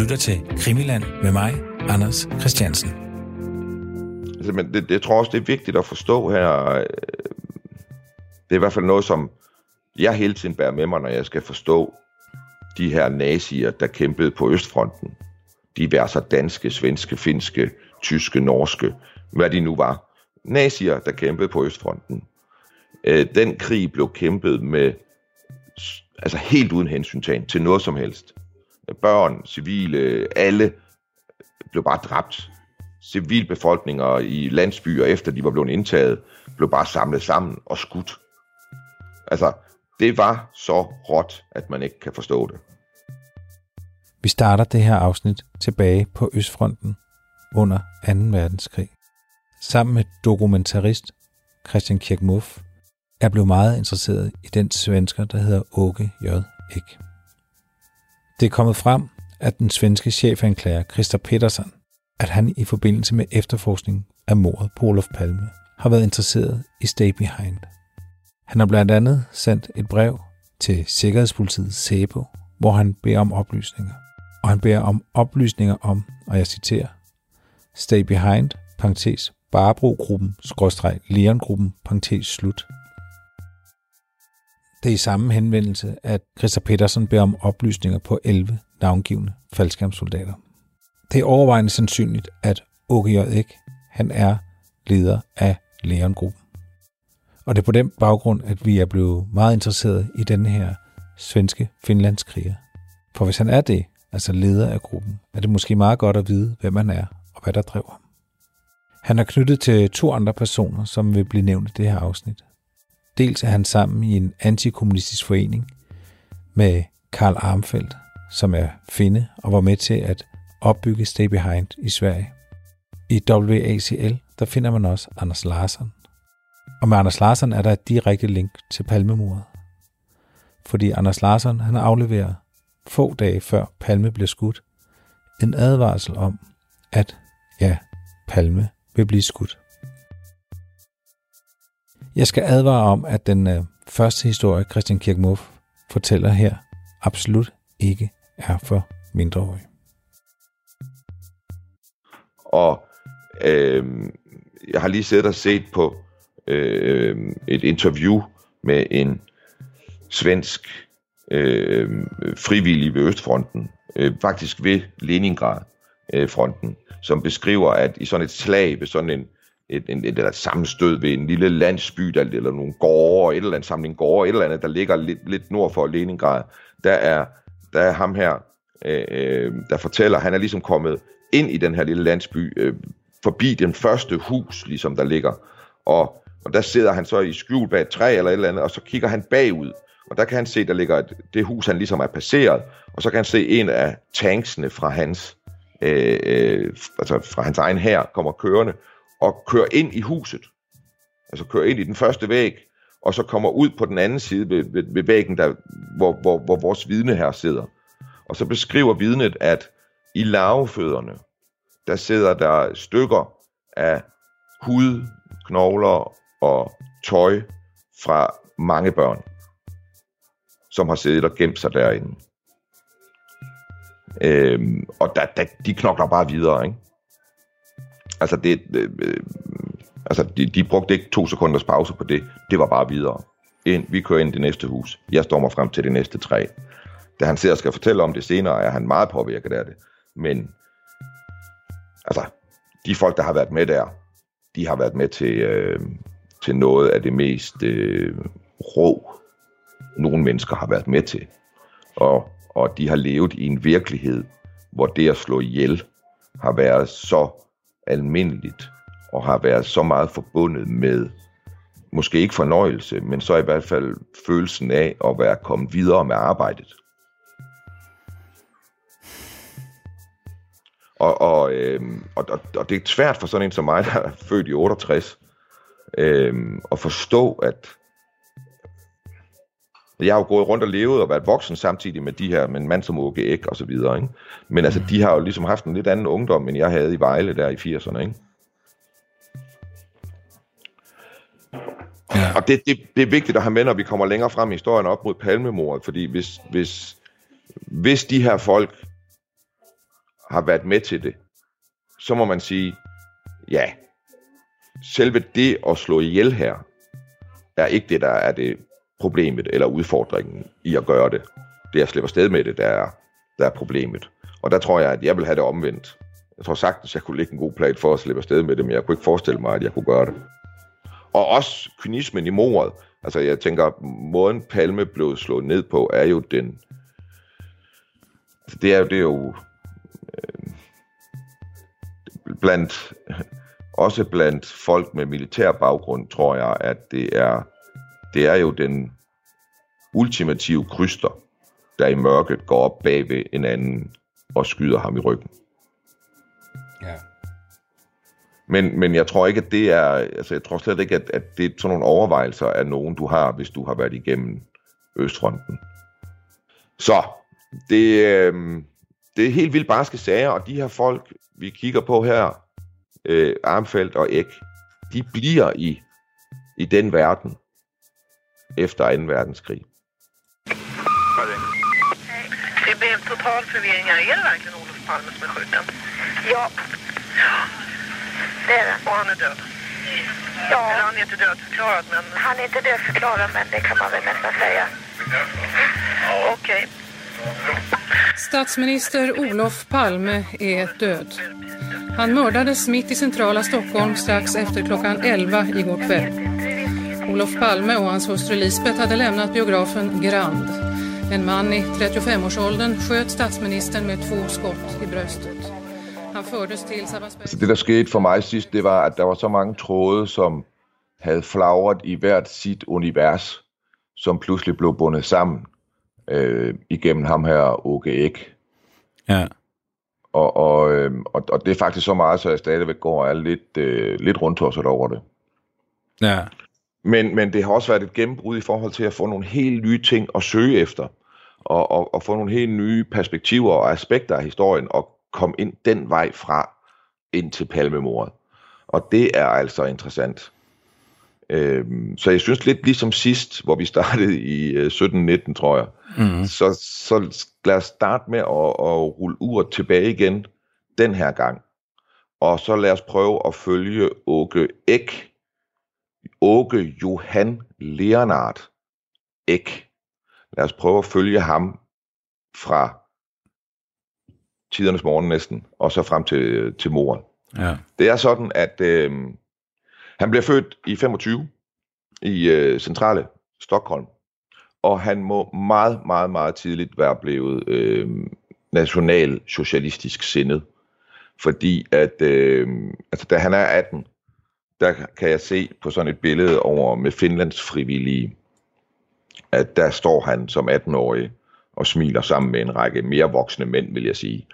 lytter til Krimiland med mig, Anders Christiansen. Altså, men jeg tror også, det er vigtigt at forstå her. Det er i hvert fald noget, som jeg hele tiden bærer med mig, når jeg skal forstå de her nazier, der kæmpede på Østfronten. Diverse danske, svenske, finske, tyske, norske, hvad de nu var. Nazier, der kæmpede på Østfronten. Den krig blev kæmpet med, altså helt uden hensyntagen til noget som helst. Børn, civile, alle blev bare dræbt. Civilbefolkninger i landsbyer, efter de var blevet indtaget, blev bare samlet sammen og skudt. Altså, det var så råt, at man ikke kan forstå det. Vi starter det her afsnit tilbage på Østfronten under 2. verdenskrig. Sammen med dokumentarist Christian Kirk Muff er blevet meget interesseret i den svensker, der hedder Åke J. Ek. Det er kommet frem, at den svenske chefanklager Christer Pettersson, at han i forbindelse med efterforskning af mordet på Olof Palme har været interesseret i Stay Behind. Han har blandt andet sendt et brev til Sikkerhedspolitiet SÄPO, hvor han beder om oplysninger. Og han beder om oplysninger om, og jeg citerer, Stay Behind, parentes, Barbro-gruppen, Leon-gruppen, parentes, slut. Det er i samme henvendelse, at Christer Pettersson beder om oplysninger på 11 navngivne faldskærmssoldater. Det er overvejende sandsynligt, at Åke J. Ek, han er leder af Leon-gruppen. Og det er på den baggrund, at vi er blevet meget interesseret i denne her svenske finlandskriger. For hvis han er det, altså leder af gruppen, er det måske meget godt at vide, hvem han er og hvad der drev ham. Han er knyttet til 2 andre personer, som vil blive nævnt i det her afsnit. Dels er han sammen i en antikommunistisk forening med Carl Armfeldt, som er finne og var med til at opbygge Stay Behind i Sverige. I WACL, der finder man også Anders Larsson. Og med Anders Larsson er der et direkte link til Palmemordet. Fordi Anders Larsson, han har afleveret få dage før Palme blev skudt, en advarsel om, at Palme vil blive skudt. Jeg skal advare om, at den første historie, Christian Kirk Muff fortæller her, absolut ikke er for mindreårige. Og jeg har lige siddet og set på et interview med en svensk frivillig ved Østfronten, faktisk ved Leningrad-fronten, som beskriver, at i sådan et slag ved sådan et sammenstød ved en lille landsby, eller nogle gårde, et eller andet samling gårde, et eller andet, der ligger lidt nord for Leningrad, der er ham her, der fortæller, han er ligesom kommet ind i den her lille landsby, forbi den første hus, ligesom der ligger, og der sidder han så i skjul bag et træ eller et eller andet, og så kigger han bagud, og der kan han se, der ligger det hus, han ligesom er passeret, og så kan han se en af tanksene fra hans, altså fra hans egen hær, kommer kørende, og kører ind i huset, altså kører ind i den første væg, og så kommer ud på den anden side ved væggen, der, hvor vores vidne her sidder. Og så beskriver vidnet, at i larvefødderne, der sidder der stykker af hud, knogler og tøj fra mange børn, som har siddet og gemt sig derinde. Og de knokler bare videre, ikke? Altså, de brugte ikke 2 sekunders pause på det. Det var bare videre. Vi kører ind i det næste hus. Jeg stormer frem til det næste træ. Da han ser og skal fortælle om det senere, er han meget påvirket af det. Men altså, de folk, der har været med der, de har været med til noget af det mest rå, nogle mennesker har været med til. Og de har levet i en virkelighed, hvor det at slå ihjel har været så almindeligt, og har været så meget forbundet med, måske ikke fornøjelse, men så i hvert fald følelsen af at være kommet videre med arbejdet. Og det er svært for sådan en som mig, der er født i 68, at forstå, at jeg har jo gået rundt og levet og været voksen samtidig med de her, med en mand som Åke Ek og så videre, ikke? Men altså, de har jo ligesom haft en lidt anden ungdom, end jeg havde i Vejle der i 80'erne, ikke? Ja. Og det er vigtigt at have med, når vi kommer længere frem i historien op mod Palmemordet, fordi hvis de her folk har været med til det, så må man sige, ja, selve det at slå ihjel her, er ikke det, der er det problemet eller udfordringen i at gøre det. Det at slippe afsted med det, der er problemet. Og der tror jeg, at jeg vil have det omvendt. Jeg tror sagtens, jeg kunne lægge en god plan for at slippe afsted med det, men jeg kunne ikke forestille mig, at jeg kunne gøre det. Og også kynismen i mordet. Altså jeg tænker, måden Palme blev slået ned på, er jo den... Altså, det er jo også blandt folk med militær baggrund, tror jeg, at det er jo den ultimative kryster, der i mørket går op bag ved en anden og skyder ham i ryggen. Ja. Men jeg tror ikke, at det er... Altså, jeg tror slet ikke, at det er sådan nogle overvejelser af nogen, du har, hvis du har været igennem Østfronten. Så, det er helt vildt barske sager, og de her folk, vi kigger på her, Armfeldt og Eck, de bliver i den verden efter 2. verdenskrig. Det blev total förvirring här. Är det verkligen Olof Palme som är skjuten? Ja. Det är det. Och han är död? Ja. Eller han är inte dödförklarad, men... Han är inte dödförklarad, men det kan man väl nästan säga. Okej. Statsminister Olof Palme är död. Han mördades mitt i centrala Stockholm strax efter klockan 11 igår kväll. Olof Palme och hans hustru Lisbeth hade lämnat biografen Grand. En man i 35-årsåldern sköt statsministern med 2 skott i bröstet. Han fördes till Sabbatsberg. Så det, der skete for mig sidst, det var, at der var så mange tråde, som havde flagret i hvert sit univers, som pludselig blev bundet sammen igennem ham her, Åke Eck. Ja. Og det er faktisk så meget, så jeg stadigvæk går og er lidt rundtosset over det. Ja. Men det har også været et gennembrud i forhold til at få nogle helt nye ting at søge efter, og få nogle helt nye perspektiver og aspekter af historien, og komme ind den vej fra ind til Palmemordet. Og det er altså interessant. Så jeg synes lidt ligesom sidst, hvor vi startede i 17-19, tror jeg. Mm-hmm. Så lad os starte med at rulle uret tilbage igen den her gang. Og så lad os prøve at følge Åke Eck. Åke Johan Leonard Eck. Lad os prøve at følge ham fra tidernes morgen næsten, og så frem til mordet. Ja. Det er sådan, at han bliver født i 25 i centrale Stockholm, og han må meget, meget, meget tidligt være blevet nationalsocialistisk sindet, fordi at da han er 18, der kan jeg se på sådan et billede over med Finlands frivillige, at der står han som 18-årig og smiler sammen med en række mere voksne mænd, vil jeg sige.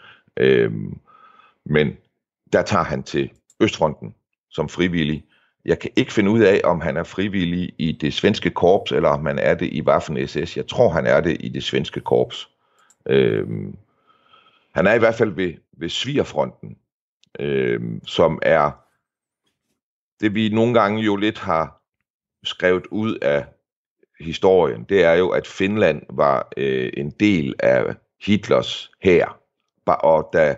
Men der tager han til Østfronten som frivillig. Jeg kan ikke finde ud af, om han er frivillig i det svenske korps, eller om han er det i Waffen-SS. Jeg tror, han er det i det svenske korps. Han er i hvert fald ved Svigerfronten, som er det, vi nogle gange jo lidt har skrevet ud af historien. Det er jo, at Finland var en del af Hitlers hær. Og da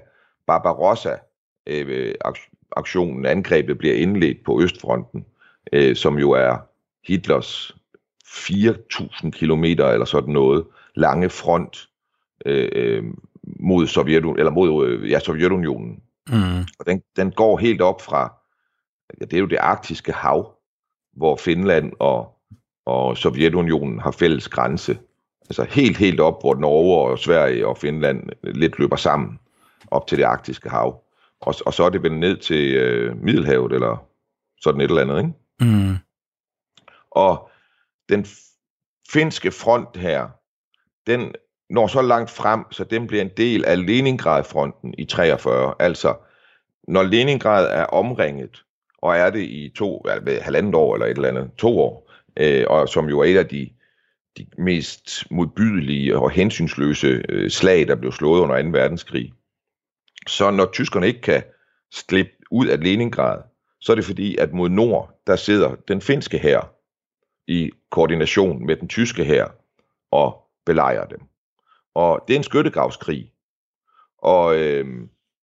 Barbarossa-aktionen, angrebet, bliver indledt på Østfronten, som jo er Hitlers 4.000 kilometer eller sådan noget lange front mod Sovjetunionen. Mm. Og den går helt op fra, det er jo det arktiske hav, hvor Finland og Sovjetunionen har fælles grænse. Altså helt op, hvor Norge og Sverige og Finland lidt løber sammen op til det arktiske hav. Og så er det vel ned til Middelhavet, eller sådan et eller andet, ikke? Mm. Og den finske front her, den når så langt frem, så den bliver en del af Leningrad-fronten i 43. Altså, når Leningrad er omringet, og er det i 1,5 år eller et eller andet, 2 år, og som jo er et af de mest modbydelige og hensynsløse slag, der blev slået under 2. verdenskrig. Så når tyskerne ikke kan slippe ud af Leningrad, så er det fordi, at mod nord, der sidder den finske hær i koordination med den tyske hær og belejrer dem. Og det er en skyttegravskrig. Og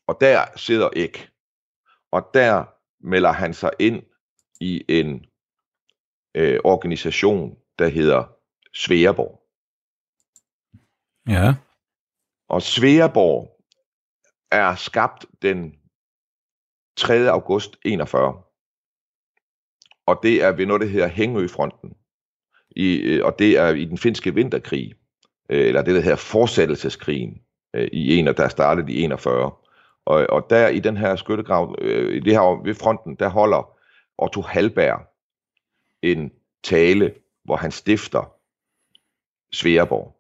Og der sidder Eck. Og der melder han sig ind i en organisation, der hedder Sveaborg. Ja. Og Sveaborg er skabt den 3. august 41. Og det er ved noget, der hedder Hængøfronten. Og det er i den finske vinterkrig, eller det, der hedder fortsættelseskrigen, der startede i 41. Og der i den her skyttegrav, i det her ved fronten, der holder Otto Hallberg en tale, hvor han stifter Sveaborg.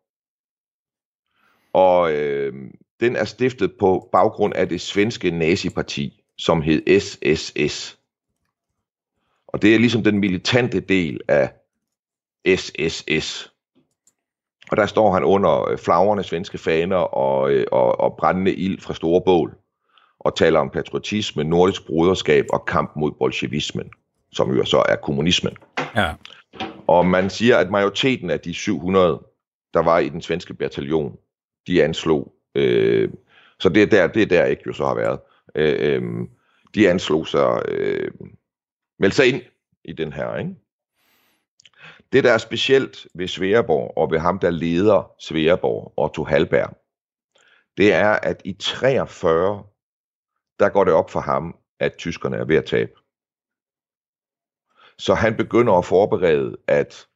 Og den er stiftet på baggrund af det svenske naziparti, som hed SSS. Og det er ligesom den militante del af SSS. Og der står han under flagrende svenske faner og brændende ild fra store bål, og taler om patriotisme, nordisk broderskab og kamp mod bolsjevismen, som jo så er kommunismen. Ja. Og man siger, at majoriteten af de 700, der var i den svenske bataljon, de anslog, så det er der ikke jo så har været, de anslog sig, meldte sig ind i den her, ikke? Det, der er specielt ved Sveaborg, og ved ham, der leder Sveaborg, Otto Hallberg, det er, at i 43, der går det op for ham, at tyskerne er ved at tabe. Så han begynder at forberede, at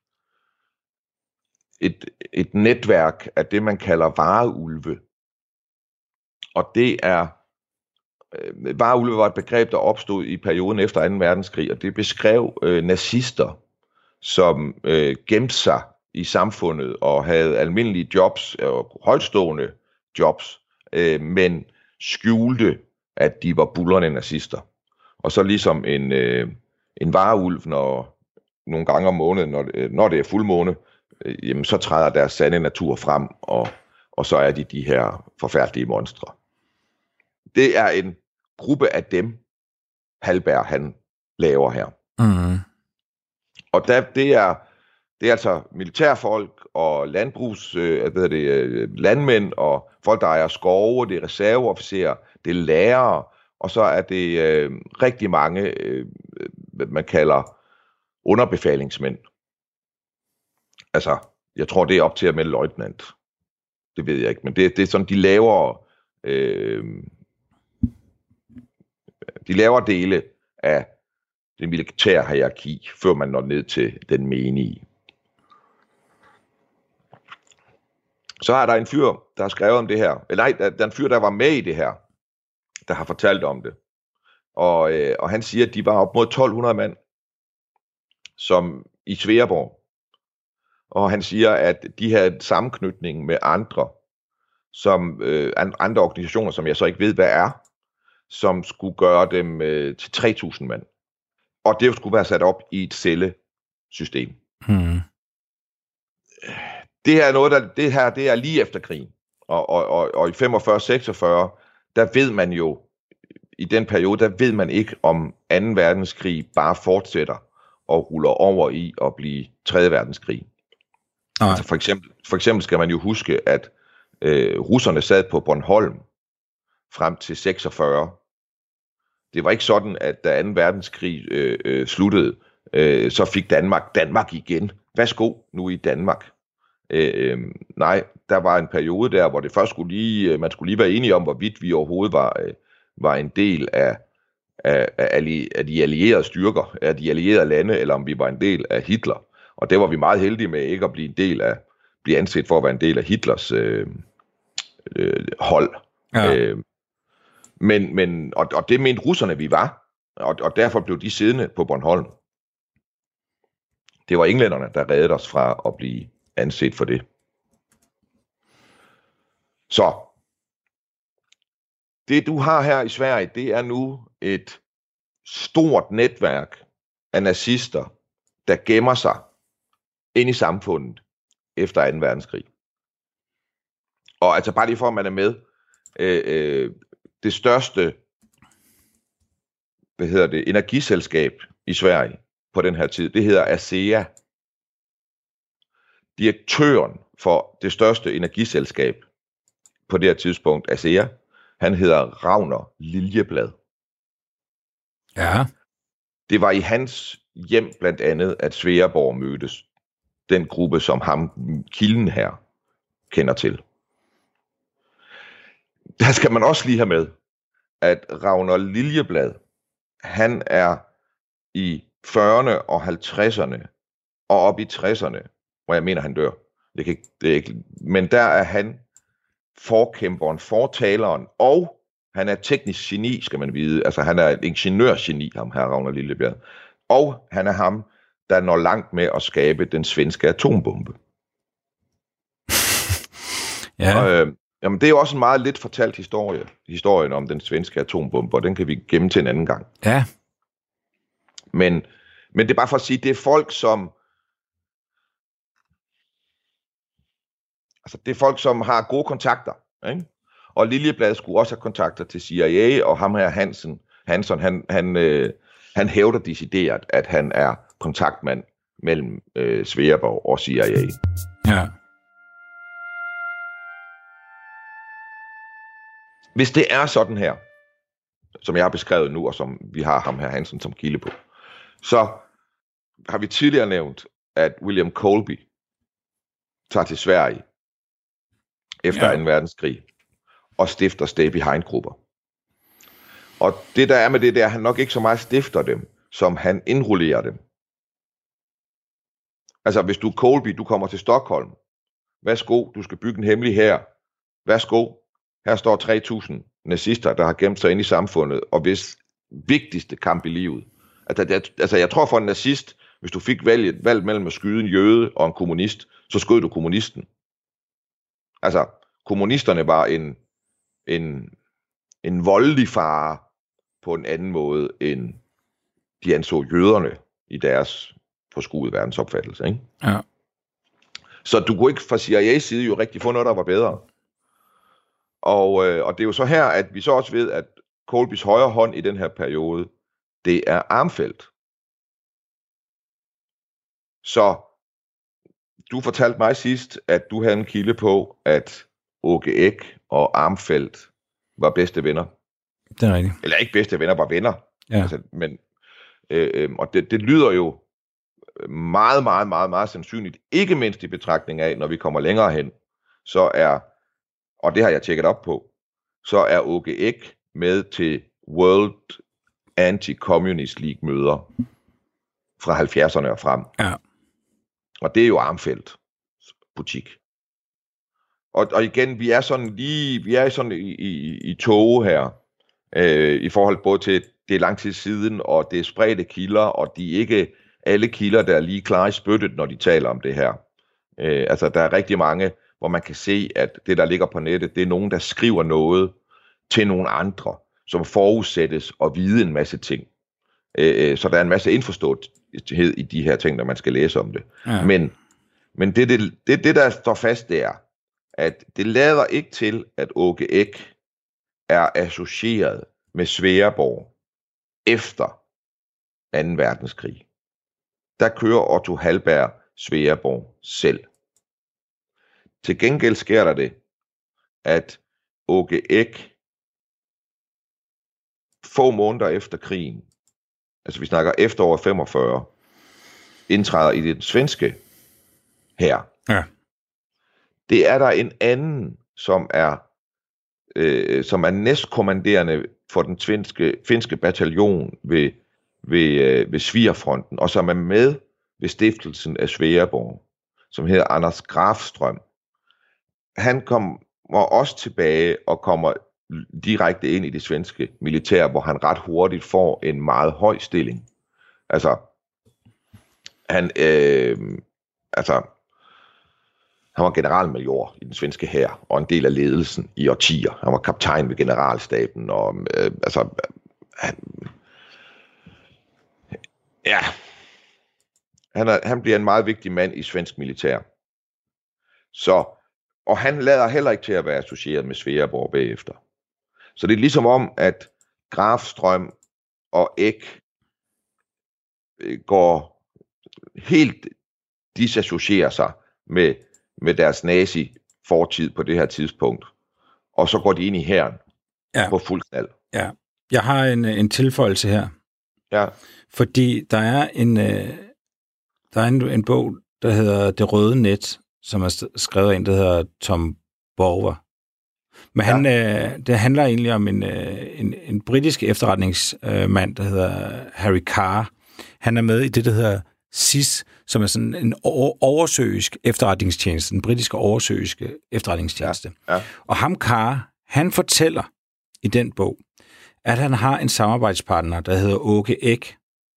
et netværk af det, man kalder vareulve, og det er, vareulve var et begreb, der opstod i perioden efter 2. verdenskrig, og det beskrev nazister, som gemte sig i samfundet og havde almindelige jobs, højtstående jobs, men skjulte, at de var buldrende nazister. Og så ligesom en vareulv, nogle gange om måneden, når det er fuldmåne, jamen så træder deres sande natur frem, og så er de her forfærdelige monstre. Det er en gruppe af dem, Hallberg han laver her. Mm. Og det er altså militærfolk og landmænd og folk, der ejer skove, det er reserveofficerer, det er lærere, og så er det rigtig mange, man kalder underbefalingsmænd. Altså, jeg tror, det er op til at melde løjtnant. Det ved jeg ikke, men det er sådan, de lavere dele af det militære hierarki, før man når ned til den menige. Så er der en fyr, der har skrevet om det her. Eller nej, der er en fyr, der var med i det her, der har fortalt om det. Og han siger, at de var op mod 1200 mand, som i Sveaborg. Og han siger, at de havde en sammenknytning med andre organisationer, som jeg så ikke ved, hvad er, som skulle gøre dem til 3000 mand. Og det skulle være sat op i et cellesystem. Mm. Det er lige efter krigen. Og i 45-46, der ved man jo, i den periode, der ved man ikke, om 2. verdenskrig bare fortsætter og ruller over i at blive 3. verdenskrig. Altså for eksempel skal man jo huske, at russerne sad på Bornholm frem til 46. Det var ikke sådan, at da 2. verdenskrig sluttede, så fik Danmark igen. Værsgo nu i Danmark. Nej, der var en periode der, hvor det først man skulle lige være enige om, hvorvidt vi overhovedet var en del af de allierede styrker, af de allierede lande, eller om vi var en del af Hitler. Og det var vi meget heldige med ikke at blive anset for at være en del af Hitlers hold. Ja. Og det mente russerne, vi var, og derfor blev de siddende på Bornholm. Det var englænderne, der reddede os fra at blive anset for det. Så det du har her i Sverige, det er nu et stort netværk af nazister, der gemmer sig ind i samfundet efter 2. verdenskrig. Og altså bare lige for, at man er med, det største energiselskab i Sverige på den her tid, det hedder ASEA. Direktøren for det største energiselskab på det her tidspunkt, ASEA, Han hedder Ragnar Liljeblad. Ja. Det var i hans hjem blandt andet, at Sveaborg mødtes. Den gruppe, som ham, kilden her, kender til. Der skal man også lige have med, at Ragnar Liljeblad, han er i 40'erne og 50'erne og op i 60'erne, hvor jeg mener, han dør. Det er ikke, men der er han forkæmperen, fortaleren, og han er teknisk geni, skal man vide. Altså, han er et ingeniørgeni, ham her, Ragnar Liljeblad. Og han er ham, der når langt med at skabe den svenske atombombe. Ja. Og, jamen, det er jo også en meget lidt fortalt historie. Historien om den svenske atombombe, og den kan vi gemme til en anden gang. Ja. Men det er bare for at sige, det er folk, som... Altså, det er folk, som har gode kontakter, ikke? Og Liljeblad skulle også have kontakter til CIA, og ham her Hansson, han hævder decideret, at han er kontaktmand mellem Sveaborg og CIA. Ja. Hvis det er sådan her, som jeg har beskrevet nu, og som vi har ham her Hansson som kilde på, så har vi tidligere nævnt, at William Colby tager til Sverige efter 2. verdenskrig og stifter Stay Behind-grupper. Og det der er med det, der han nok ikke så meget stifter dem, som han indrullerer dem. Altså, hvis du er Colby, du kommer til Stockholm. Værsgo, du skal bygge en hemmelig hær. Værsgo, her står 3.000 nazister, der har gemt sig ind i samfundet, og hvis vigtigste kamp i livet. Altså, jeg tror for en nazist, hvis du fik valg mellem at skyde en jøde og en kommunist, så skød du kommunisten. Altså, kommunisterne var en voldelig fare på en anden måde, end de anså jøderne i deres forskudte verdensopfattelse, ikke? Ja. Så du kunne ikke fra CIA's side jo rigtig få noget, der var bedre. Og det er jo så her, at vi så også ved, at Colbys højre hånd i den her periode, det er Armfeldt. Så du fortalte mig sidst, at du havde en kilde på, at Åke Eck og Armfeldt var bedste venner. Det er rigtigt. Eller ikke bedste venner, bare venner. Ja. Altså, men, og det lyder jo meget, meget, meget, meget sandsynligt, ikke mindst i betragtning af, når vi kommer længere hen, så er, og det har jeg tjekket op på, så er Åke Eck med til World Anti-Communist League møder fra 70'erne og frem. Ja. Og det er jo Armfeldt butik. Og igen, vi er sådan i tåge her, i forhold både til, det er lang tid siden, og det er spredte kilder, og de er ikke alle kilder, der er lige klar i spyttet, når de taler om det her. Altså, der er rigtig mange, hvor man kan se, at det, der ligger på nettet, det er nogen, der skriver noget til nogle andre, som forudsættes at vide en masse ting. Så der er en masse indforståethed i de her ting, når man skal læse om det. Ja. Men det, der står fast, det er, at det lader ikke til, at Åke Eck er associeret med Sveaborg efter 2. verdenskrig. Der kører Otto Hallberg Sveaborg selv. Til gengæld sker der det, at Åke Eck få måneder efter krigen, altså vi snakker efteråret 45, indtræder i den svenske hær. Ja. Det er der en anden, som er næstkommanderende for den finske bataljon ved Svigerfronten, og som er med ved stiftelsen af Sveaborg, som hedder Anders Grafström. Han kommer også tilbage og kommer direkte ind i det svenske militær, hvor han ret hurtigt får en meget høj stilling. Altså, han var generalmajor i den svenske hær, og en del af ledelsen i årtier. Han var kaptajn ved generalstaben, og han bliver en meget vigtig mand i svensk militær. Og han lader heller ikke til at være associeret med Sveaborg bagefter. Så det er ligesom om, at Grafström og Eck går helt disassocierer sig med deres nazi-fortid på det her tidspunkt. Og så går de ind i hæren på fuld knald. Ja. Jeg har en tilføjelse her. Ja. Fordi der er en bog, der hedder Det Røde Net, som er skrevet af en, der hedder Tom Bower. Men det handler egentlig om en britisk efterretningsmand, der hedder Harry Carr. Han er med i det, der hedder SIS, som er sådan en oversøisk efterretningstjeneste, den britiske oversøiske efterretningstjeneste. Ja. Og ham Carr, han fortæller i den bog, at han har en samarbejdspartner, der hedder Åke Ek,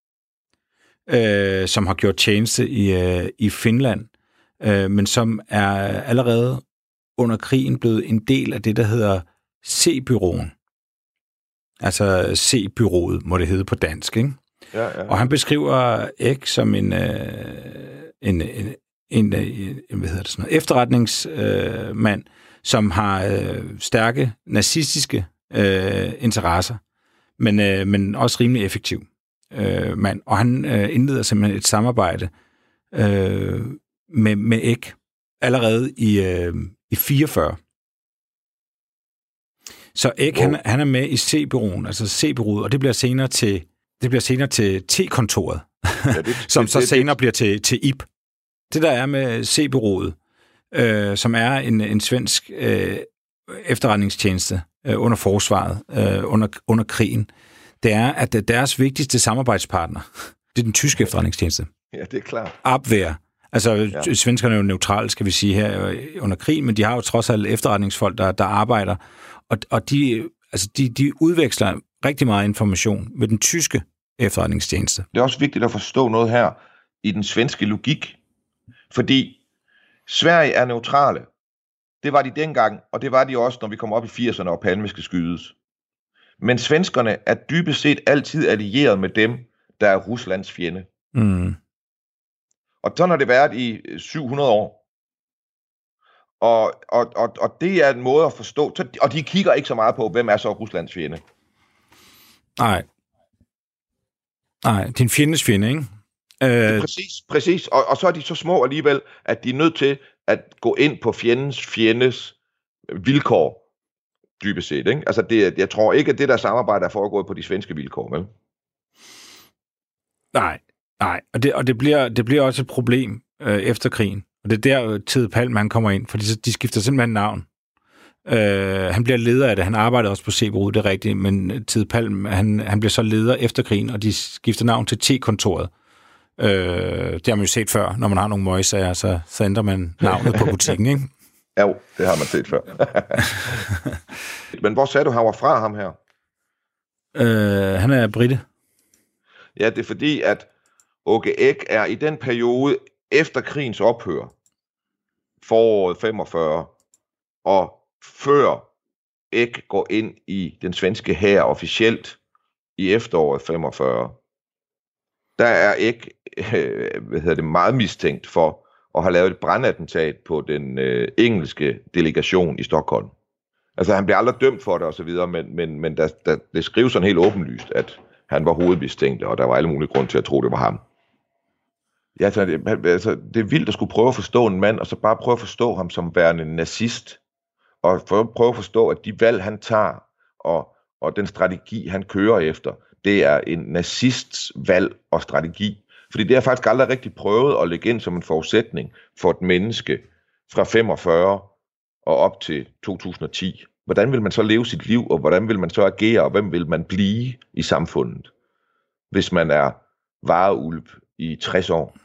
som har gjort tjeneste i Finland, men som er allerede under krigen blevet en del af det, der hedder C-byråen. Altså C-byrået, må det hedde på dansk, ikke? Ja. Og han beskriver Ek som en efterretningsmand, som har stærke nazistiske interesser, men også rimelig effektiv mand. Og han indleder simpelthen et samarbejde med Ek allerede i 44. Så Ek, han er med i C-byråen, altså C-byrået, og det bliver senere til T-kontoret, som så senere bliver til IP. Det der er med C-byrået, som er en svensk efterretningstjeneste under forsvaret, under krigen, det er, at deres vigtigste samarbejdspartner, det er den tyske efterretningstjeneste. Ja, det er klart. Abwehr. Altså, svenskerne er jo neutrale, skal vi sige, her under krigen, men de har jo trods alt efterretningsfolk, der arbejder, og de udveksler rigtig meget information med den tyske efterretningstjeneste. Det er også vigtigt at forstå noget her i den svenske logik, fordi Sverige er neutrale. Det var de dengang, og det var de også, når vi kommer op i 80'erne, og Palme skal skydes. Men svenskerne er dybest set altid allieret med dem, der er Ruslands fjende. Mm. Og sådan har det været i 700 år. Og det er en måde at forstå, og de kigger ikke så meget på, hvem er så Ruslands fjende. Nej, din fjendes fjende, ikke? Præcis. Og så er de så små alligevel, at de er nødt til at gå ind på fjendes vilkår, dybest set, ikke? Altså, jeg tror ikke, at det der samarbejde er foregået på de svenske vilkår, vel? Nej. Og det bliver også et problem efter krigen. Og det er der Tede Palm, han kommer ind, fordi de skifter simpelthen navn. Han bliver leder af det. Han arbejder også på C-byrået, det er rigtigt, men Tede Palm, han bliver så leder efter krigen, og de skifter navn til T-kontoret. Det har man jo set før, når man har nogle møgsager, så ændrer man navnet på butikken, ikke? Jo, det har man set før. Men hvor sagde du, han var fra, ham her? Han er brite. Ja, det er fordi, at Åke Ek er i den periode efter krigens ophør, foråret 45, og før Ek går ind i den svenske hær officielt i efteråret 45, der er Ek meget mistænkt for at have lavet et brandattentat på den engelske delegation i Stockholm. Altså han bliver aldrig dømt for det og så videre, men det skrives sådan helt åbenlyst, at han var hovedmistænkt, og der var alle mulige grunde til at tro, det var ham. Ja, altså, det er vildt at skulle prøve at forstå en mand, og så bare prøve at forstå ham som værende nazist, og prøve at forstå, at de valg, han tager, og den strategi, han kører efter, det er en nazists valg og strategi. Fordi det har jeg faktisk aldrig rigtig prøvet at lægge ind som en forudsætning for et menneske fra 45 og op til 2010. Hvordan vil man så leve sit liv, og hvordan vil man så agere, og hvem vil man blive i samfundet, hvis man er vareulv i 60 år?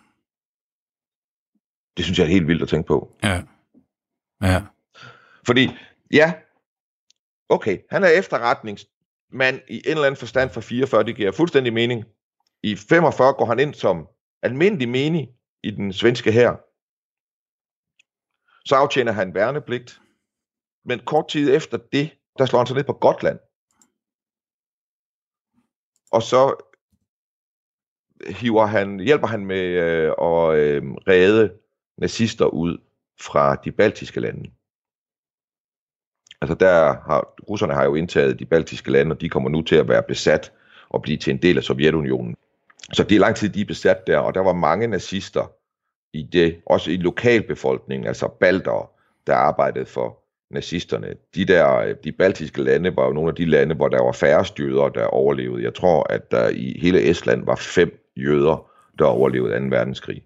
Det synes jeg er helt vildt at tænke på. Ja. Fordi, ja, okay, han er efterretningsmand i en eller anden forstand fra 44, det giver fuldstændig mening. I 45 går han ind som almindelig menig i den svenske hær. Så aftjener han værnepligt. Men kort tid efter det, der slår han sig ned på Gotland. Og så hjælper han med at redde nazister ud fra de baltiske lande. Altså russerne har jo indtaget de baltiske lande, og de kommer nu til at være besat og blive til en del af Sovjetunionen. Så det er lang tid, de er besat der, og der var mange nazister i det, også i lokalbefolkningen, altså baltere, der arbejdede for nazisterne. De baltiske lande var jo nogle af de lande, hvor der var færrest jøder, der overlevede. Jeg tror, at der i hele Estland var 5 jøder, der overlevede 2. verdenskrig.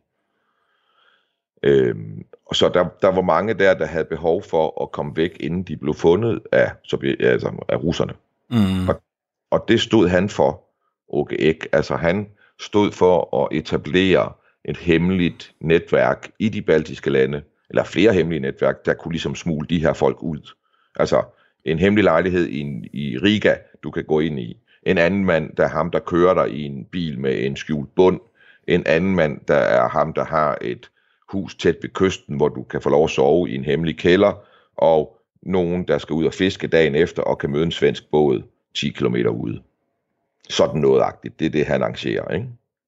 Og så der var mange der havde behov for at komme væk, inden de blev fundet af russerne. Og det stod han for, Åke Ek. Altså han stod for at etablere et hemmeligt netværk i de baltiske lande, eller flere hemmelige netværk, der kunne ligesom smule de her folk ud. Altså en hemmelig lejlighed i Riga, du kan gå ind i. En anden mand, der er ham, der kører dig i en bil med en skjult bund. En anden mand, der er ham, der har et hus tæt ved kysten, hvor du kan få lov at sove i en hemmelig kælder. Og nogen, der skal ud og fiske dagen efter, og kan møde en svensk båd 10 kilometer ude. Sådan noget-agtigt. Det er det, han arrangerer, ikke?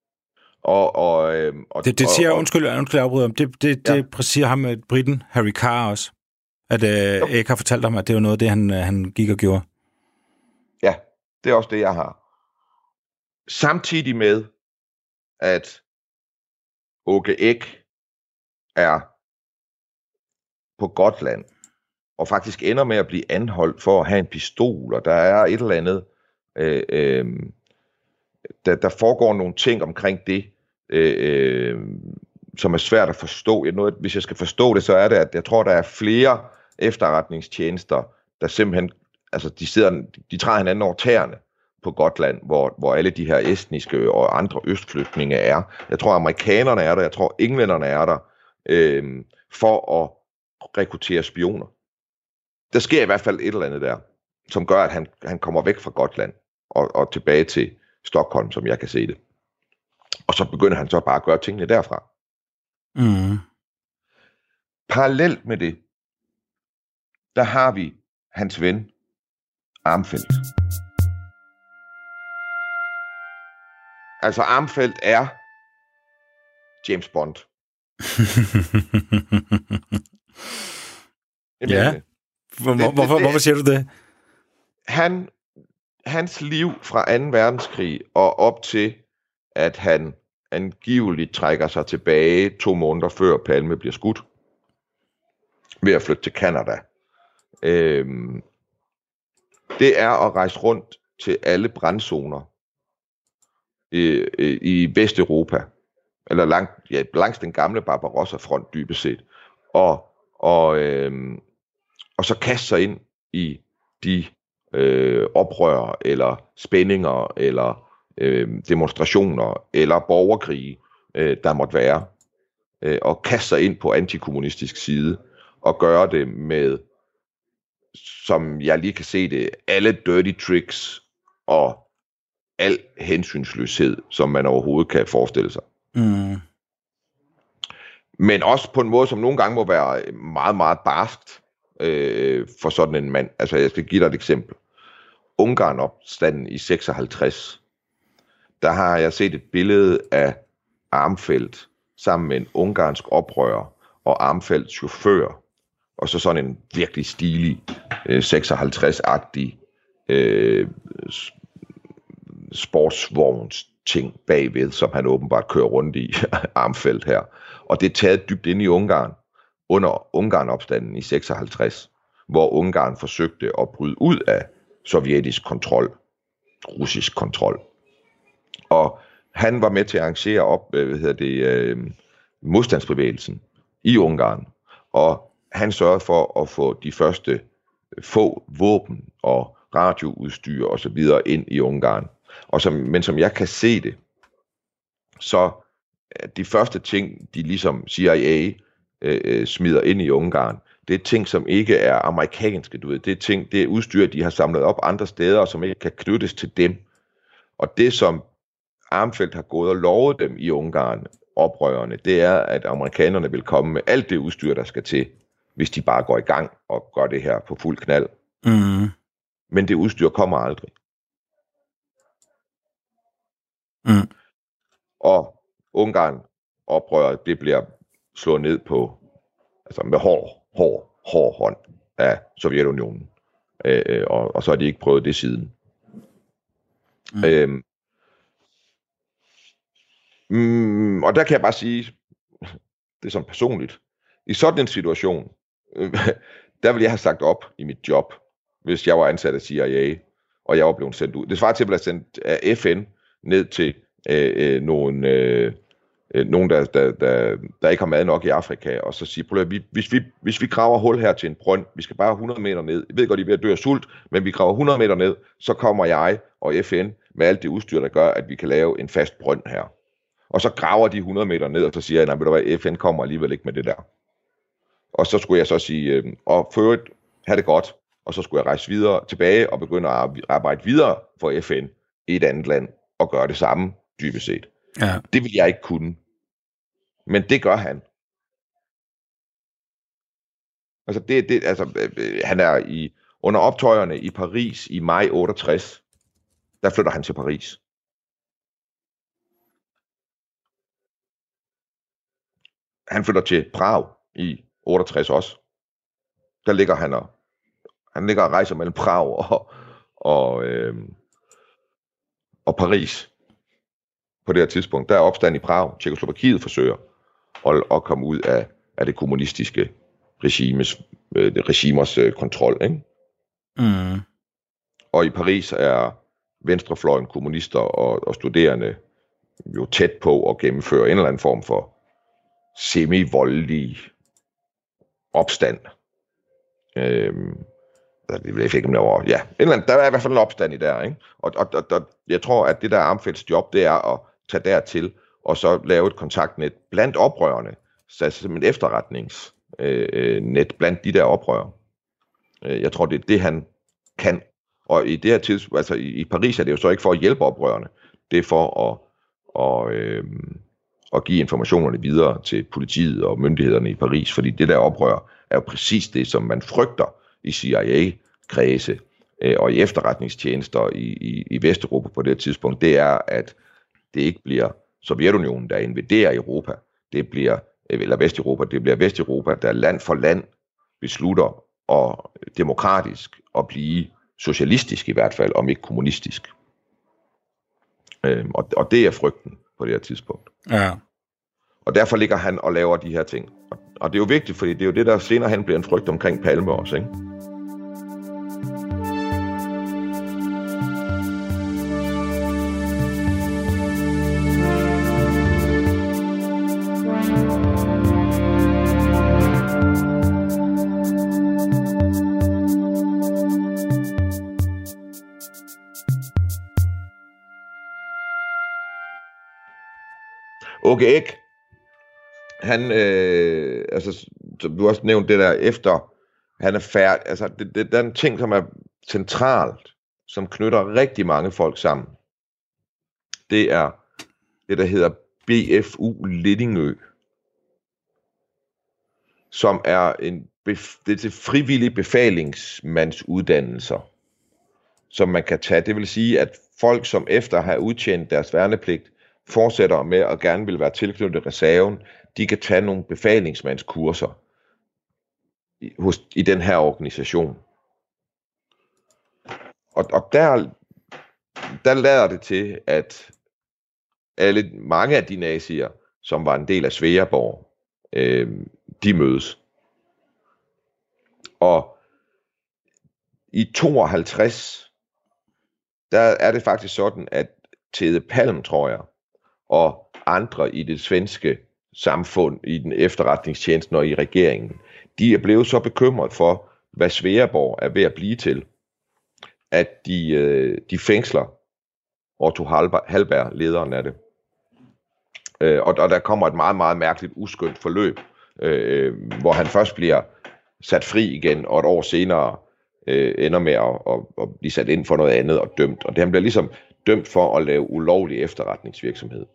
Det siger jeg, undskyld, jeg afbryder om. Det siger ham med briten, Harry Carr også. At jeg ikke har fortalt ham, at det var noget af det, han gik og gjorde. Ja, det er også det, jeg har. Samtidig med, at Åke Ek er på Gotland, og faktisk ender med at blive anholdt for at have en pistol, og der er et eller andet, der foregår nogle ting omkring det, som er svært at forstå. Hvis jeg skal forstå det, så er det, at jeg tror, der er flere efterretningstjenester, der simpelthen, altså de træder hinanden over tæerne på Gotland, hvor alle de her estniske og andre østflygtninge er. Jeg tror, amerikanerne er der, jeg tror, englænderne er der, for at rekruttere spioner. Der sker i hvert fald et eller andet der, som gør, at han kommer væk fra Gotland og tilbage til Stockholm, som jeg kan se det. Og så begynder han så bare at gøre tingene derfra. Parallelt med det, der har vi hans ven, Armfeldt. Altså Armfeldt er James Bond. Ja. Hvorfor siger du det? Hans liv fra 2. verdenskrig og op til, at han angiveligt trækker sig tilbage 2 måneder før Palme bliver skudt, ved at flytte til Canada. Det er at rejse rundt til alle brandzoner i Vesteuropa, eller langs den gamle Barbarossa-front dybest set, og så kaste sig ind i de oprør, eller spændinger, eller demonstrationer, eller borgerkrige, der måtte være, og kaste sig ind på antikommunistisk side, og gøre det med, som jeg lige kan se det, alle dirty tricks, og al hensynsløshed, som man overhovedet kan forestille sig. Men også på en måde, som nogle gange må være meget, meget barskt for sådan en mand. Altså, jeg skal give dig et eksempel. Ungarn-opstanden i 56. Der har jeg set et billede af Armfeldt sammen med en ungarsk oprører og Armfeldts chauffør. Og så sådan en virkelig stilig 56-agtig sportsvogns ting bagved, som han åbenbart kører rundt i, Armfeldt her. Og det er taget dybt ind i Ungarn, under Ungarn-opstanden i 56, hvor Ungarn forsøgte at bryde ud af sovjetisk kontrol, russisk kontrol. Og han var med til at arrangere modstandsbevægelsen i Ungarn, og han sørgede for at få de første få våben og radioudstyr og så videre ind i Ungarn. Men som jeg kan se det, så de første ting, de ligesom CIA smider ind i Ungarn, det er ting, som ikke er amerikanske, du ved. Det er udstyr, de har samlet op andre steder, og som ikke kan knyttes til dem. Og det, som Armfeldt har gået og lovet dem i Ungarn, oprørerne, det er, at amerikanerne vil komme med alt det udstyr, der skal til, hvis de bare går i gang og gør det her på fuld knald. Men det udstyr kommer aldrig. Og Ungarn oprøret, det bliver slået ned på, altså med hård hånd af Sovjetunionen. Og så har de ikke prøvet det siden. Og der kan jeg bare sige, det er sådan personligt, i sådan en situation, der ville jeg have sagt op i mit job, hvis jeg var ansat af CIA, og jeg var blevet sendt ud. Det svarer til at blive sendt af FN ned til nogen, der ikke har mad nok i Afrika, og så sige, prøv at, hvis vi graver hul her til en brønd, vi skal bare 100 meter ned, jeg ved godt, I er ved at dø af sult, men vi graver 100 meter ned, så kommer jeg og FN med alt det udstyr, der gør, at vi kan lave en fast brønd her. Og så graver de 100 meter ned, og så siger jeg, nej, ved du hvad, FN kommer alligevel ikke med det der. Og så skulle jeg så sige, og for øvrigt, have det godt, og så skulle jeg rejse videre tilbage og begynde at arbejde videre for FN i et andet land, og gøre det samme, dybest set. Ja. Det vil jeg ikke kunne. Men det gør han. Altså, han er under optøjerne i Paris i maj 68, der flytter han til Paris. Han flytter til Prag i 68 også. Der ligger han ligger og rejser mellem Prag og Paris. På det her tidspunkt, der er opstand i Prag. Tjekkoslovakiet forsøger at komme ud af det kommunistiske regimers kontrol, ikke? Mm. Og i Paris er venstrefløjen, kommunister og studerende jo tæt på at gennemføre en eller anden form for semi-voldelig opstand. Jeg ved ikke, om det var, ja, der er i hvert fald en opstand i der, ikke? Og jeg tror, at det der Armfeldts job, det er at tage dertil, og så lave et kontaktnet blandt oprørerne, så som et efterretningsnet blandt de der oprørere. Jeg tror, det er det, han kan. Og i det her tidspunkt, altså i Paris er det jo så ikke for at hjælpe oprørerne, det er for at give informationerne videre til politiet og myndighederne i Paris, fordi det der oprør er jo præcis det, som man frygter i CIA-kredse og i efterretningstjenester i Vesteuropa på det tidspunkt, det er, at det ikke bliver Sovjetunionen, der invaderer Europa, det bliver, eller Vesteuropa, det bliver Vesteuropa, der land for land beslutter og demokratisk at blive socialistisk i hvert fald, om ikke kommunistisk. Og det er frygten på det her tidspunkt. Ja. Og derfor ligger han og laver de her ting. Og det er jo vigtigt, fordi det er jo det, der senere hen bliver en frygt omkring Palme også, ikke? Åke Eck, han, altså, som du også nævnte det der efter, han er færdig, altså, det er en ting, som er centralt, som knytter rigtig mange folk sammen. Det er det, der hedder BFU Littingø, som er det er frivillige befalingsmandsuddannelser, som man kan tage. Det vil sige, at folk, som efter at have udtjent deres værnepligt, fortsætter med at gerne vil være tilknyttet reserven, de kan tage nogle befalingsmandskurser i den her organisation. Og der lader det til, at mange af de nazier, som var en del af Sveaborg, de mødes. Og i 52, der er det faktisk sådan, at Tede Palm, tror jeg, og andre i det svenske samfund, i den efterretningstjeneste og i regeringen, de er blevet så bekymret for, hvad Sveaborg er ved at blive til, at de fængsler Otto Hallberg, lederen af det. Og der kommer et meget, meget mærkeligt, uskyndt forløb, hvor han først bliver sat fri igen, og et år senere ender med at blive sat ind for noget andet og dømt. Og han bliver ligesom dømt for at lave ulovlig efterretningsvirksomhed.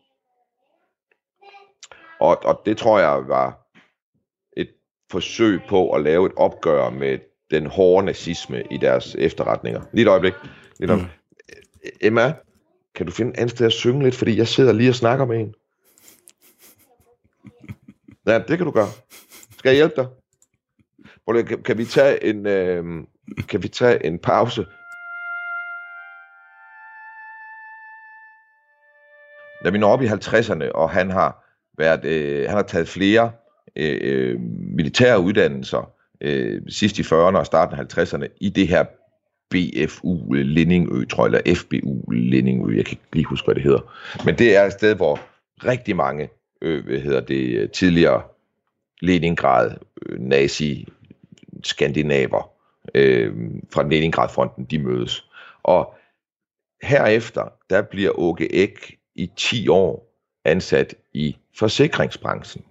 Og det tror jeg var et forsøg på at lave et opgør med den hårde nazisme i deres efterretninger. Lige et øjeblik. Emma, kan du finde et andet sted at synge lidt, fordi jeg sidder lige og snakker med en? Ja, det kan du gøre. Skal jeg hjælpe dig? Kan vi tage en pause? Da vi når op i 50'erne, og han har taget flere militære uddannelser sidst i 40'erne og starten af 50'erne i det her BFU Lindingø, tror jeg, eller FBU Lindingø, jeg kan ikke lige huske, hvad det hedder. Men det er et sted, hvor rigtig mange tidligere Leningrad nazi-skandinaver fra Leningrad-fronten, de mødes. Og herefter, der bliver Åke Eck i 10 år ansat i forsikringsbranchen.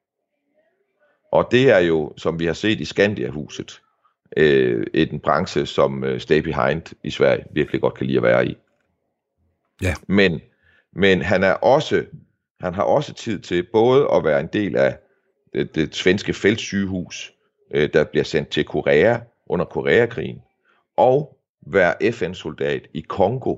Og det er jo, som vi har set i Skandia-huset, en branche, som Stay Behind i Sverige virkelig godt kan lide at være i. Ja. Men han har også tid til både at være en del af det svenske feltsygehus, der bliver sendt til Korea under Koreakrigen, og være FN-soldat i Kongo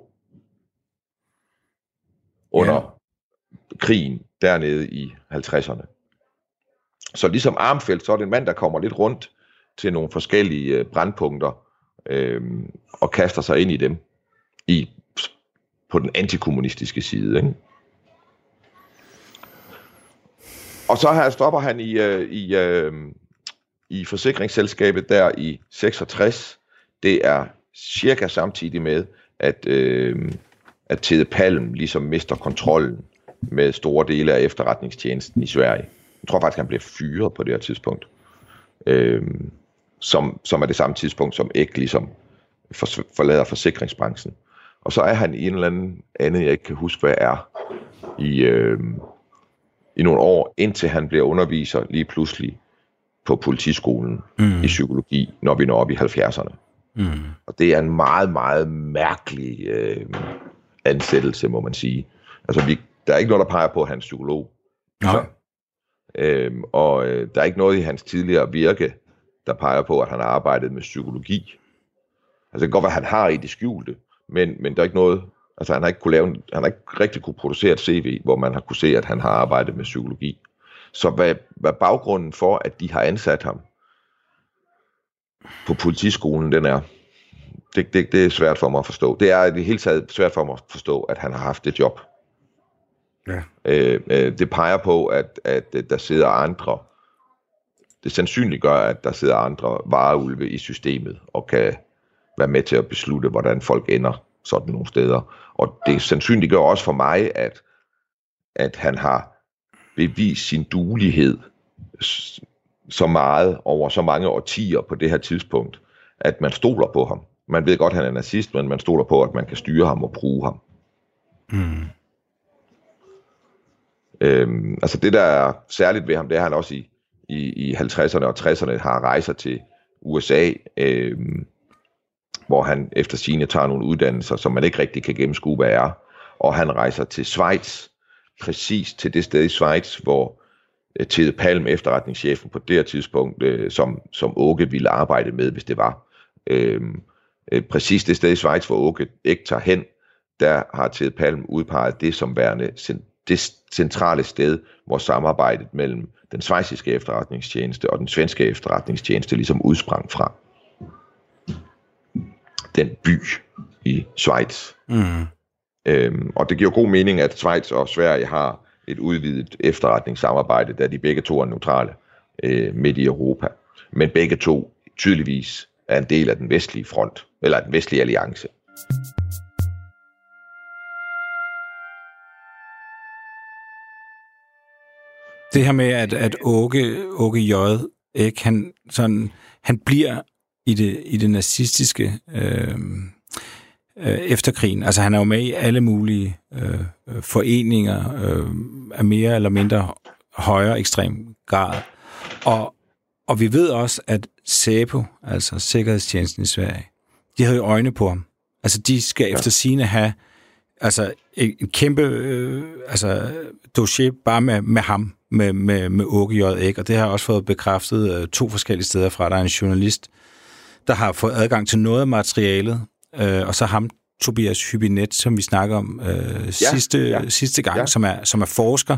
under krigen dernede i 50'erne. Så ligesom Armfeldt, så er det en mand, der kommer lidt rundt til nogle forskellige brandpunkter og kaster sig ind i dem på den antikommunistiske side. Ikke? Og så stopper han i forsikringsselskabet der i 66. Det er cirka samtidig med, at Tede Palm ligesom mister kontrollen med store dele af efterretningstjenesten i Sverige. Jeg tror faktisk, han bliver fyret på det her tidspunkt. Som er det samme tidspunkt, som Eck ligesom forlader forsikringsbranchen. Og så er han i en eller anden andet, jeg ikke kan huske, hvad er, i nogle år, indtil han bliver underviser lige pludselig på politiskolen i psykologi, når vi når op i 70'erne. Og det er en meget, meget mærkelig ansættelse, må man sige. Altså, der er ikke noget, der peger på, at han er psykolog. Nej. Og der er ikke noget i hans tidligere virke, der peger på, at han har arbejdet med psykologi. Altså, det kan godt være, at han har i det skjulte, men der er ikke noget. Altså, han har ikke rigtig kunne producere et CV, hvor man har kunne se, at han har arbejdet med psykologi. Så hvad baggrunden for, at de har ansat ham på politiskolen, den er, det er svært for mig at forstå. Det er i det hele taget svært for mig at forstå, at han har haft et job. Ja. Det peger på, at der sidder andre. Det sandsynliggør, at der sidder andre vareulve i systemet og kan være med til at beslutte, hvordan folk ender sådan nogle steder. Og det sandsynliggør også for mig, at han har bevist sin duelighed så meget over så mange årtier på det her tidspunkt, at man stoler på ham. Man ved godt, at han er nazist, men man stoler på, at man kan styre ham og bruge ham. Altså det, der er særligt ved ham, det er, at han også i 50'erne og 60'erne har rejser til USA, hvor han efter sigende tager nogle uddannelser, som man ikke rigtig kan gennemskue, hvad er. Og han rejser til Schweiz, præcis til det sted i Schweiz, hvor Tede Palm, efterretningschefen på det her tidspunkt, som Åke ville arbejde med, hvis det var. Præcis det sted i Schweiz, hvor Åke ikke tager hen, der har Tede Palm udpeget det som værende det centrale sted, hvor samarbejdet mellem den schweiziske efterretningstjeneste og den svenske efterretningstjeneste ligesom udsprang fra. Den by i Schweiz. Og det giver god mening, at Schweiz og Sverige har et udvidet efterretningssamarbejde, da de begge to er neutrale midt i Europa. Men begge to tydeligvis er en del af den vestlige front, eller den vestlige alliance. Det her med, at Åke J. Eck, han bliver i det nazistiske efterkrigen. Altså han er jo med i alle mulige foreninger af mere eller mindre højere ekstrem grad. Og vi ved også, at SÄPO, altså Sikkerhedstjenesten i Sverige, de havde jo øjne på ham. Altså de skal efter sigende have altså en kæmpe dossier bare med ham, med Åke J. Eck, og det har jeg også fået bekræftet 2 forskellige steder fra. Der er en journalist, der har fået adgang til noget af materialet, og så ham, Tobias Hübinette, som vi snakker om sidste gang, som er forsker.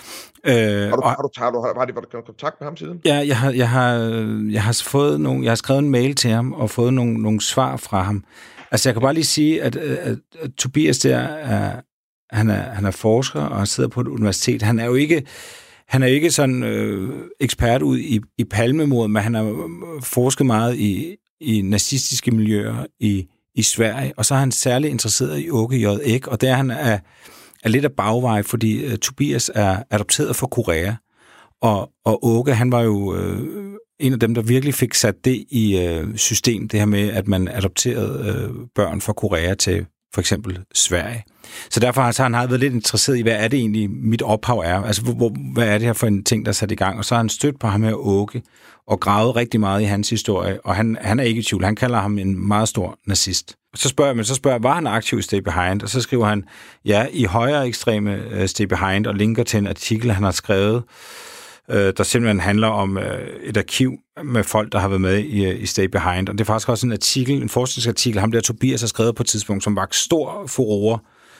Har du kontakt med ham siden? Ja, jeg har fået nogle, jeg har skrevet en mail til ham og fået nogle svar fra ham. Altså jeg kan bare lige sige, at Tobias der han er forsker og han sidder på et universitet. Han er jo Han er ikke sådan ekspert ud i Palmemord, men han har forsket meget i nazistiske miljøer i Sverige, og så er han særlig interesseret i Åke J. Ek, og der han er lidt af bagvej, fordi Tobias er adopteret fra Korea, og Åke, han var jo en af dem, der virkelig fik sat det i system, det her med, at man adopterede børn fra Korea til for eksempel Sverige. Så derfor har han været lidt interesseret i, hvad er det egentlig, mit ophav er? Altså, hvad er det her for en ting, der er sat i gang? Og så har han stødt på ham her Åke, og gravet rigtig meget i hans historie, og han er ikke i tvivl. Han kalder ham en meget stor nazist. Så spørger jeg, var han aktiv i Stay Behind? Og så skriver han, ja, i højere ekstreme Stay Behind, og linker til en artikel, han har skrevet, der simpelthen handler om et arkiv med folk, der har været med i Stay Behind. Og det er faktisk også en forskningsartikel, ham der Tobias har skrevet på et tidspunkt, som var stor furore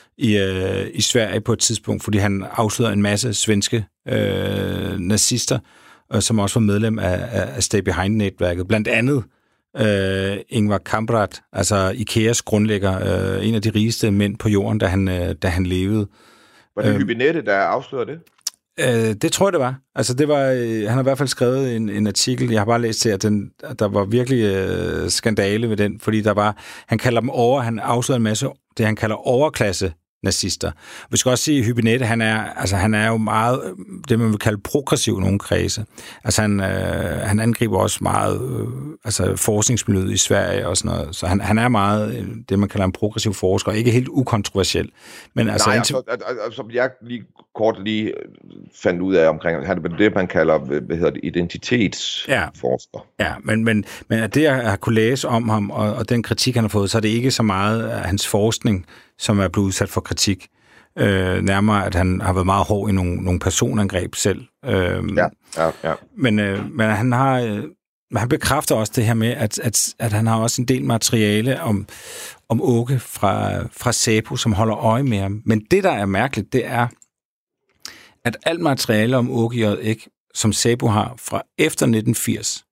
i Sverige på et tidspunkt, fordi han afslørede en masse svenske nazister, som også var medlem af Stay Behind-netværket. Blandt andet Ingvar Kamprad, altså Ikeas grundlægger, en af de rigeste mænd på jorden, da han levede. Var det Hübinette, der afslørede det? Det tror jeg, det var. Altså, han har i hvert fald skrevet en artikel, jeg har bare læst til, at der var virkelig skandale ved den, fordi han kalder dem han afslører en masse, det han kalder overklasse nazister. Vi skal også sige, at Hübinette, han er jo meget, det man vil kalde progressiv i nogle kredse. Altså, han angriber også meget forskningsmiljøet i Sverige og sådan noget. Så han er meget det, man kalder en progressiv forsker, ikke helt ukontroversiel. Men altså, som jeg kort fandt ud af omkring, han er det, man kalder, identitetsforsker. Ja, men at det, jeg har kunne læse om ham, og den kritik, han har fået, så er det ikke så meget af hans forskning, som er blevet udsat for kritik. Nærmere, at han har været meget hård i nogle personangreb selv. Ja. Men han bekræfter også det her med, at han har også en del materiale om Åke fra SÄPO, som holder øje med ham. Men det, der er mærkeligt, det er, at alt materiale om Åke J. Ek, som SÄPO har fra efter 1980,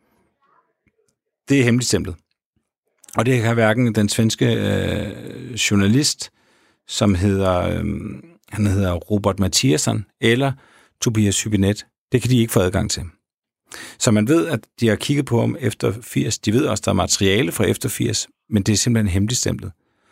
det er hemmeligstemplet. Og det kan hverken den svenske journalist, som hedder Robert Mathiasson, eller Tobias Hübinette. Det kan de ikke få adgang til. Så man ved, at de har kigget på ham efter 80. De ved også, at der er materiale fra efter 80, men det er simpelthen hemmeligstemplet.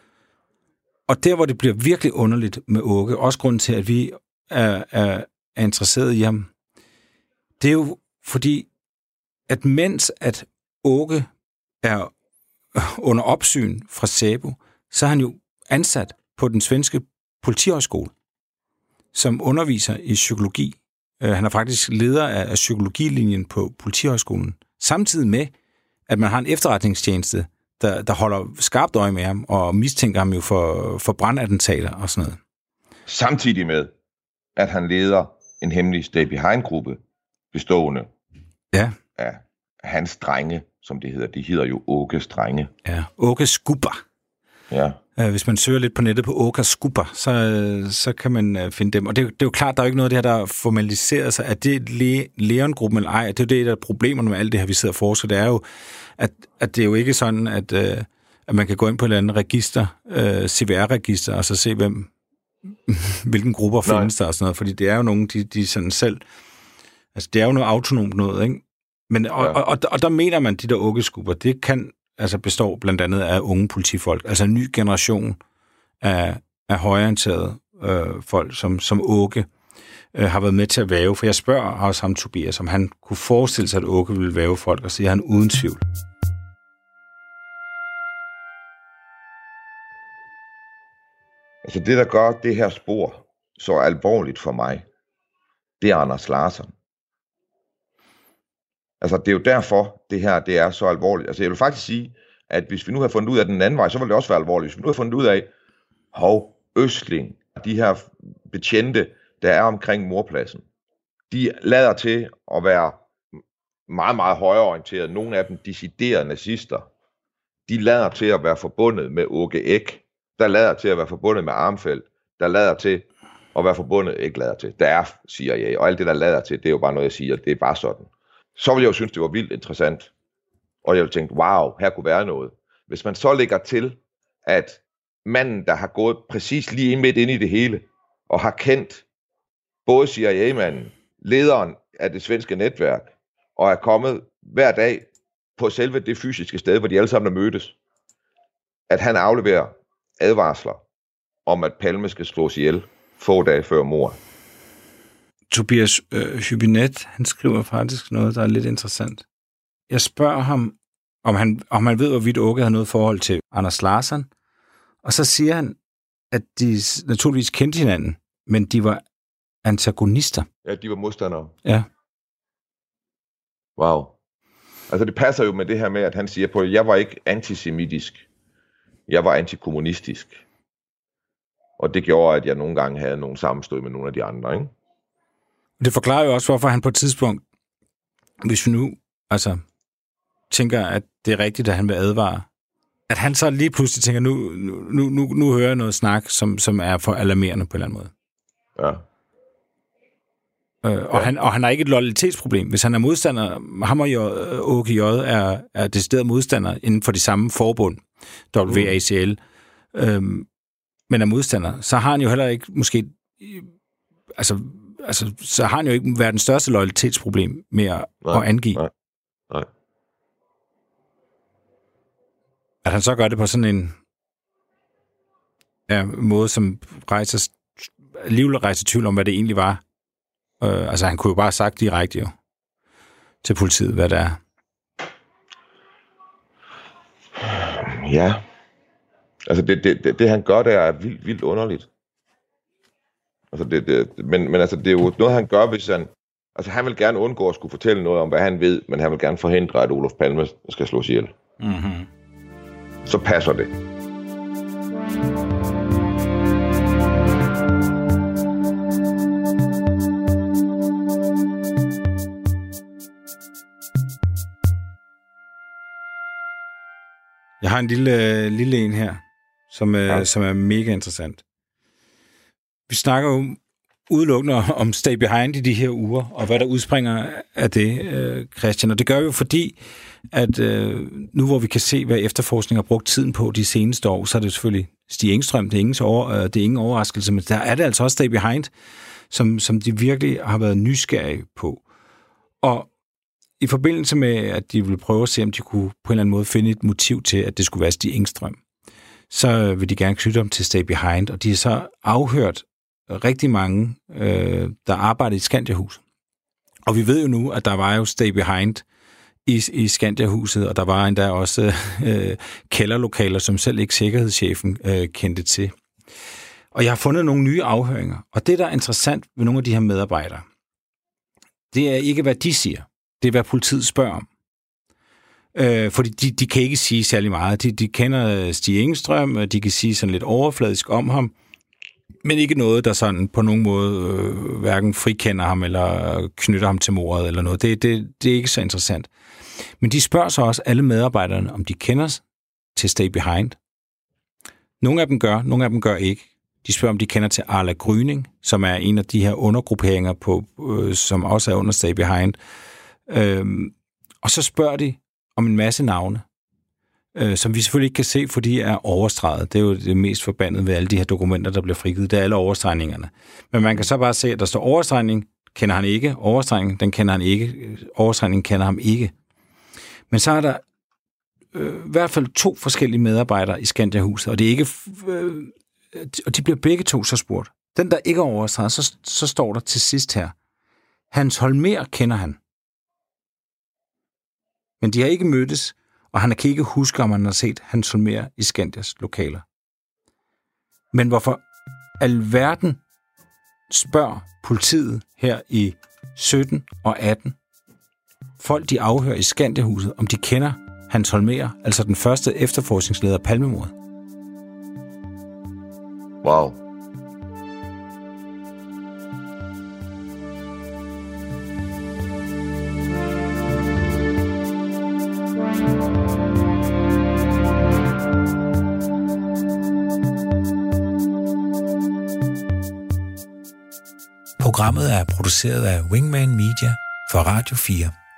Og der, hvor det bliver virkelig underligt med Åke, også grunden til, at vi er interesseret i ham, det er jo fordi, at mens at Åke er under opsyn fra SÄPO, så er han jo ansat på den svenske politihøjskole, som underviser i psykologi. Han er faktisk leder af psykologilinjen på politihøjskolen, samtidig med, at man har en efterretningstjeneste, der holder skarpt øje med ham og mistænker ham jo for brandattentater og sådan noget. Samtidig med, at han leder en hemmelig Stay Behind-gruppe, bestående af hans drenge, som det hedder. De hedder jo Åkes drenge. Ja, Åkes Skupper. Ja. Hvis man søger lidt på nettet på Åkes Skupper, så kan man finde dem. Og det er jo klart, der er jo ikke noget af det her, der formaliserer sig. At det er Leon-gruppen eller ej, det er jo det, der er problemerne med alt det her, vi sidder og forsker. Det er jo, at det er jo ikke sådan, at man kan gå ind på et eller andet register, CVR-register, og så se, hvilken grupper findes der og sådan noget. Fordi det er jo nogen, de sådan selv... Altså, det er jo noget autonomt noget, ikke? Men, og der mener man, de der Åkeskubber, det kan består blandt andet af unge politifolk, altså en ny generation af højreorienterede folk, som Åke har været med til at væve. For jeg spørger også ham, Tobias, om han kunne forestille sig, at Åke ville væve folk, og siger han uden tvivl. Altså det, der gør det her spor så alvorligt for mig, det er Anders Larsson. Altså, det er jo derfor, det her det er så alvorligt. Altså, jeg vil faktisk sige, at hvis vi nu har fundet ud af den anden vej, så vil det også være alvorligt. Hvis vi nu har fundet ud af, Østling, de her betjente, der er omkring mordpladsen, de lader til at være meget, meget højreorienterede. Nogle af dem deciderede nazister. De lader til at være forbundet med Åke Ek. Der lader til at være forbundet med Armfeldt. Der lader til at være forbundet, ikke lader til. Der er CIA, og alt det, der lader til, det er jo bare noget, jeg siger. Det er bare sådan. Så ville jeg jo synes, det var vildt interessant. Og jeg ville tænke, wow, her kunne være noget. Hvis man så lægger til, at manden, der har gået præcis lige midt ind i det hele, og har kendt både CIA-manden, lederen af det svenske netværk, og er kommet hver dag på selve det fysiske sted, hvor de alle sammen er mødtes, at han afleverer advarsler om, at Palme skal slås ihjel få dage før mord. Tobias Hübinette, han skriver faktisk noget, der er lidt interessant. Jeg spørger ham, om han ved, hvorvidt Åke havde noget forhold til Anders Larsson, og så siger han, at de naturligvis kendte hinanden, men de var antagonister. Ja, de var modstandere. Ja. Wow. Altså det passer jo med det her med, at han siger på, at jeg var ikke antisemitisk, jeg var antikommunistisk. Og det gjorde, at jeg nogle gange havde nogle sammenstød med nogle af de andre, ikke? Det forklarer jo også, hvorfor han på et tidspunkt, hvis vi nu tænker, at det er rigtigt, at han vil advare, at han så lige pludselig tænker, nu hører jeg noget snak, som er for alarmerende på en eller anden måde. Ja. Og han har ikke et loyalitetsproblem. Hvis han er modstander, ham og Åke J. er decideret modstander inden for de samme forbund, WACL, men er modstander, så har han jo heller ikke måske, så har han jo ikke verdens største loyalitetsproblem med at angive. Nej. At han så gør det på sådan en måde, som alligevel rejser tvivl om, hvad det egentlig var. Han kunne jo bare have sagt direkte jo til politiet, hvad det er. Ja. Altså det han gør, der er vildt underligt. Altså men altså det er jo noget han gør, hvis han han vil gerne undgå at skulle fortælle noget om hvad han ved, men han vil gerne forhindre at Olof Palme skal slås ihjel. Mm-hmm. Så passer det. Jeg har en lille en her, som er mega interessant. Vi snakker jo udelukkende om Stay Behind i de her uger, og hvad der udspringer af det, Christian. Og det gør vi jo fordi, at nu hvor vi kan se, hvad efterforskning har brugt tiden på de seneste år, så er det selvfølgelig Stig Engstrøm, det er ingen overraskelse, men der er det altså også Stay Behind, som de virkelig har været nysgerrige på. Og i forbindelse med, at de ville prøve at se, om de kunne på en eller anden måde finde et motiv til, at det skulle være Stig Engstrøm, så vil de gerne knytte dem til Stay Behind, og de har så afhørt rigtig mange, der arbejder i Skandiahus. Og vi ved jo nu, at der var jo Stay Behind i Skandiahuset, og der var endda også kælderlokaler, som selv ikke sikkerhedschefen kendte til. Og jeg har fundet nogle nye afhøringer, og det, der er interessant ved nogle af de her medarbejdere, det er ikke, hvad de siger. Det er, hvad politiet spørger om. Fordi de kan ikke sige særlig meget. De kender Stig Engstrøm, og de kan sige sådan lidt overfladisk om ham, men ikke noget, der sådan på nogen måde hverken frikender ham eller knytter ham til mordet eller noget. Det er ikke så interessant. Men de spørger så også alle medarbejderne, om de kender til Stay Behind. Nogle af dem gør, nogle af dem gør ikke. De spørger, om de kender til Arla Gryning, som er en af de her undergrupperinger, som også er under Stay Behind. Og så spørger de om en masse navne, som vi selvfølgelig ikke kan se, for de er overstreget. Det er jo det mest forbandede ved alle de her dokumenter, der bliver frigivet. Det er alle overstregningerne. Men man kan så bare se, at der står overstregning, kender han ikke. Overstregning, den kender han ikke. Overstregning kender ham ikke. Men så er der i hvert fald 2 forskellige medarbejdere i Skandiahuset, og det er ikke... og de bliver begge 2 så spurgt. Den, der ikke er overstreget, så står der til sidst her. Hans Holmér kender han. Men de har ikke mødtes, og han kan ikke huske, om han har set Hans Holmér i Skandias lokaler. Men hvorfor alverden spørger politiet her i 17 og 18 folk, de afhører i Skandiahuset, om de kender Hans Holmér, altså den første efterforskningsleder af Palmemordet? Wow. Programmet er produceret af Wingman Media for Radio 4.